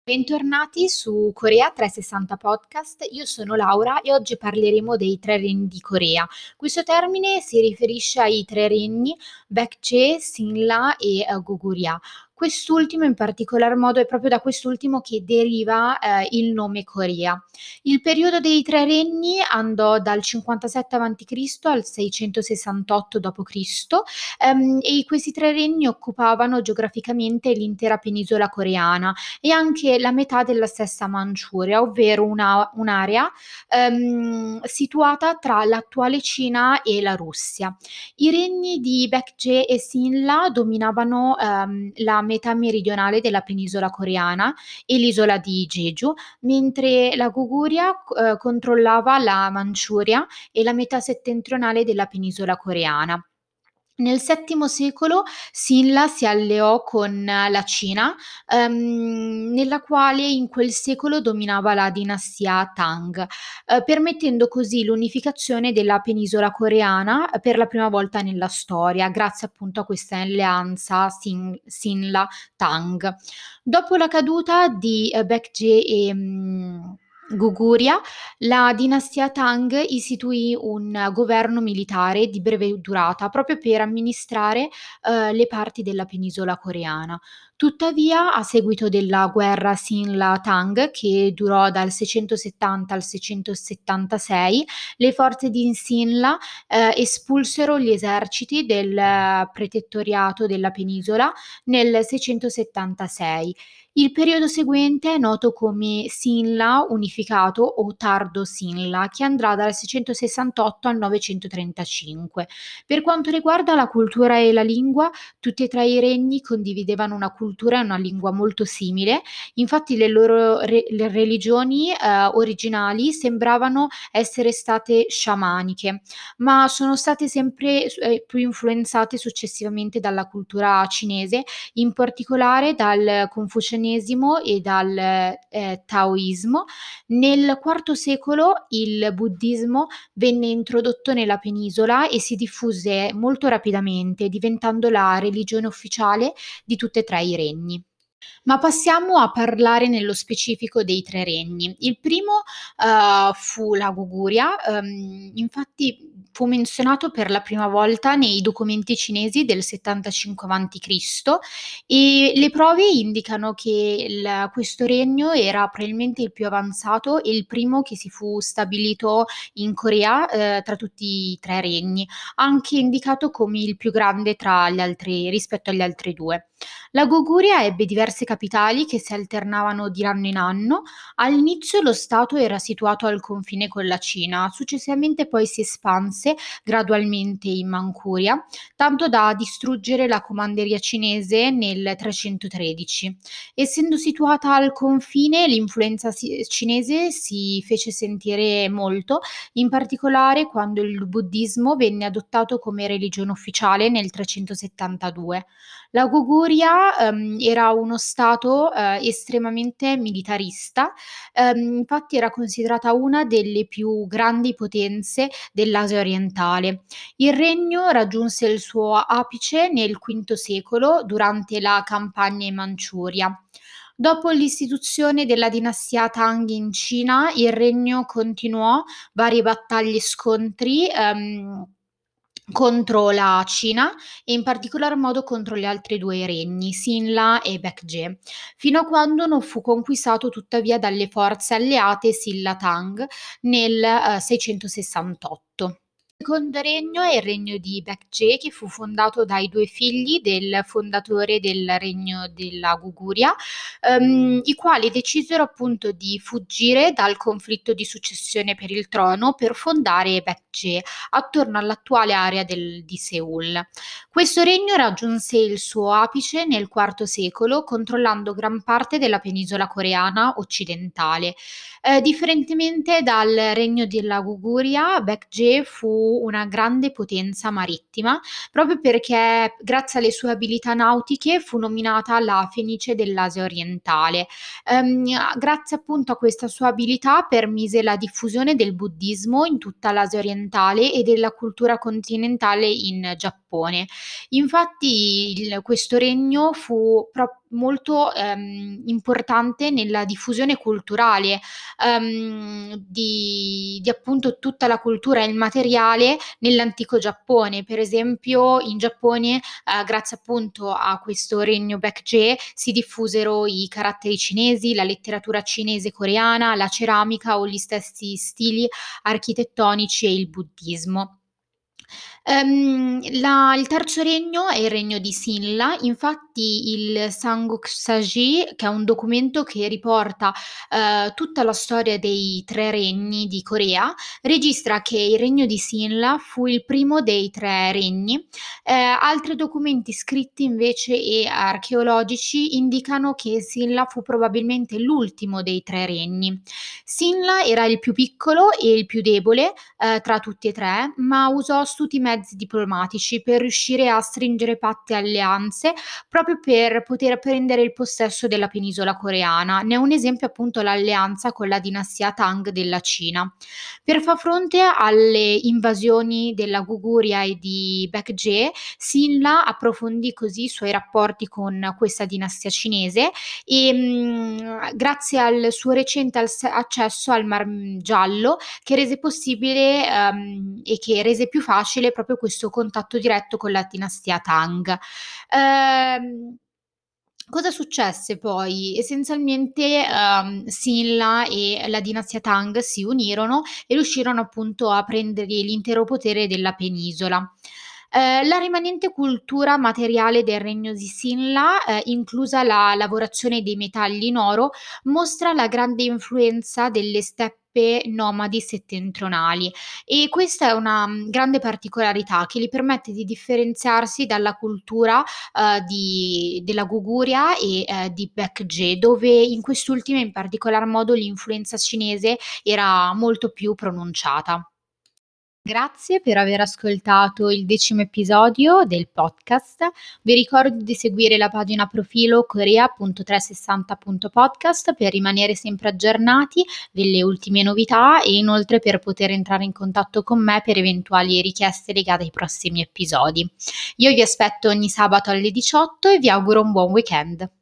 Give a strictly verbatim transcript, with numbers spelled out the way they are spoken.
Bentornati su Corea trecentosessanta Podcast, io sono Laura e oggi parleremo dei tre regni di Corea. Questo termine si riferisce ai tre regni Baekje, Sinla e eh, Goguryeo. Quest'ultimo in particolar modo è proprio da quest'ultimo che deriva eh, il nome Corea. Il periodo dei tre regni andò dal cinquantasette avanti Cristo al seicentosessantotto dopo Cristo ehm, e questi tre regni occupavano geograficamente l'intera penisola coreana e anche la metà della stessa Manciuria, ovvero una, un'area ehm, situata tra l'attuale Cina e la Russia. I regni di Baekje e Sinla dominavano ehm, la metà meridionale della penisola coreana e l'isola di Jeju, mentre la Goguryeo eh, controllava la Manciuria e la metà settentrionale della penisola coreana. Nel settimo secolo Sinla si alleò con la Cina, ehm, nella quale in quel secolo dominava la dinastia Tang, eh, permettendo così l'unificazione della penisola coreana per la prima volta nella storia, grazie appunto a questa alleanza Sin- Sinla-Tang. Dopo la caduta di eh, Baekje e mm, Goguryeo, la dinastia Tang istituì un governo militare di breve durata proprio per amministrare eh, le parti della penisola coreana. Tuttavia, a seguito della guerra Sinla-Tang, che durò dal seicentosettanta al seicentosettantasei, le forze di Sinla eh, espulsero gli eserciti del eh, protettoriato della penisola nel seicentosettantasei. Il periodo seguente è noto come Sinla unificato o Tardo Sinla, che andrà dal seicentosessantotto al novecentotrentacinque. Per quanto riguarda la cultura e la lingua, tutti e tre i regni condividevano una cultura e una lingua molto simile, infatti le loro re- le religioni eh, originali sembravano essere state sciamaniche, ma sono state sempre eh, più influenzate successivamente dalla cultura cinese, in particolare dal confucianesimo e dal eh, taoismo. Nel quarto secolo il buddismo venne introdotto nella penisola e si diffuse molto rapidamente, diventando la religione ufficiale di tutti e tre i regni. Ma passiamo a parlare nello specifico dei tre regni. Il primo eh, fu la Goguryeo, ehm, infatti fu menzionato per la prima volta nei documenti cinesi del settantacinque avanti Cristo e le prove indicano che il- questo regno era probabilmente il più avanzato e il primo che si fu stabilito in Corea eh, tra tutti i tre regni, anche indicato come il più grande tra gli altri rispetto agli altri due. La Goguryeo ebbe diverse capitali che si alternavano di anno in anno. All'inizio lo stato era situato al confine con la Cina, successivamente poi si espanse gradualmente in Manchuria, tanto da distruggere la comanderia cinese nel trecentotredici. Essendo situata al confine, l'influenza si- cinese si fece sentire molto, in particolare quando il buddismo venne adottato come religione ufficiale nel trecentosettantadue. La Goguryeo, ehm, era uno stato, ehm, estremamente militarista, ehm, infatti era considerata una delle più grandi potenze dell'Asia orientale. Il regno raggiunse il suo apice nel quinto secolo durante la campagna in Manciuria. Dopo l'istituzione della dinastia Tang in Cina, il regno continuò varie battaglie e scontri, ehm, contro la Cina e in particolar modo contro gli altri due regni, Sinla e Baekje, fino a quando non fu conquistato tuttavia dalle forze alleate Silla-Tang nel eh, seicentosessantotto. Il secondo regno è il regno di Baekje, che fu fondato dai due figli del fondatore del regno della Goguryeo, ehm, i quali decisero appunto di fuggire dal conflitto di successione per il trono per fondare Baekje attorno all'attuale area del- di Seul. Questo regno raggiunse il suo apice nel quarto secolo, controllando gran parte della penisola coreana occidentale. Eh, differentemente dal regno della Goguryeo, Baekje fu una grande potenza marittima, proprio perché grazie alle sue abilità nautiche fu nominata la Fenice dell'Asia orientale. Ehm, grazie appunto a questa sua abilità permise la diffusione del buddismo in tutta l'Asia orientale e della cultura continentale in Giappone. Infatti il- questo regno fu pro- molto ehm, importante nella diffusione culturale ehm, di, di appunto tutta la cultura immateriale nell'antico Giappone. Per esempio, in Giappone, eh, grazie appunto a questo regno Baekje, si diffusero i caratteri cinesi, la letteratura cinese coreana, la ceramica o gli stessi stili architettonici e il buddismo. Ehm, la il terzo regno è il regno di Sinla, infatti il Samguk-Sagi, che è un documento che riporta, ehm, tutta la storia dei tre regni di Corea, registra che il regno di Sinla fu il primo dei tre regni. Ehm, altri documenti scritti invece e archeologici indicano che Sinla fu probabilmente l'ultimo dei tre regni. Sinla era il più piccolo e il più debole, ehm, tra tutti e tre, ma usò astuti mezzi diplomatici per riuscire a stringere patte alleanze, proprio per poter prendere il possesso della penisola coreana. Ne è un esempio appunto l'alleanza con la dinastia Tang della Cina. Per far fronte alle invasioni della Guguria e di Baekje, Sinla approfondì così i suoi rapporti con questa dinastia cinese e, mhmm, grazie al suo recente als accesso al Mar Giallo, che rese possibile, ehm, e che rese più facile proprio questo contatto diretto con la dinastia Tang. Ehm, Cosa successe poi? Essenzialmente, ehm, Sinla e la dinastia Tang si unirono e riuscirono appunto a prendere l'intero potere della penisola. Ehm, la rimanente cultura materiale del regno di Sinla, ehm, inclusa la lavorazione dei metalli in oro, mostra la grande influenza delle steppe nomadi settentrionali e questa è una, mhmm, grande particolarità che gli permette di differenziarsi dalla cultura, uhm, di della Guguria e, ehm, di Baekje, dove in quest'ultima in particolar modo l'influenza cinese era molto più pronunciata. Grazie per aver ascoltato il decimo episodio del podcast. Vi ricordo di seguire la pagina profilo corea punto trecentosessanta punto podcast per rimanere sempre aggiornati delle ultime novità e inoltre per poter entrare in contatto con me per eventuali richieste legate ai prossimi episodi. Io vi aspetto ogni sabato alle diciotto e vi auguro un buon weekend.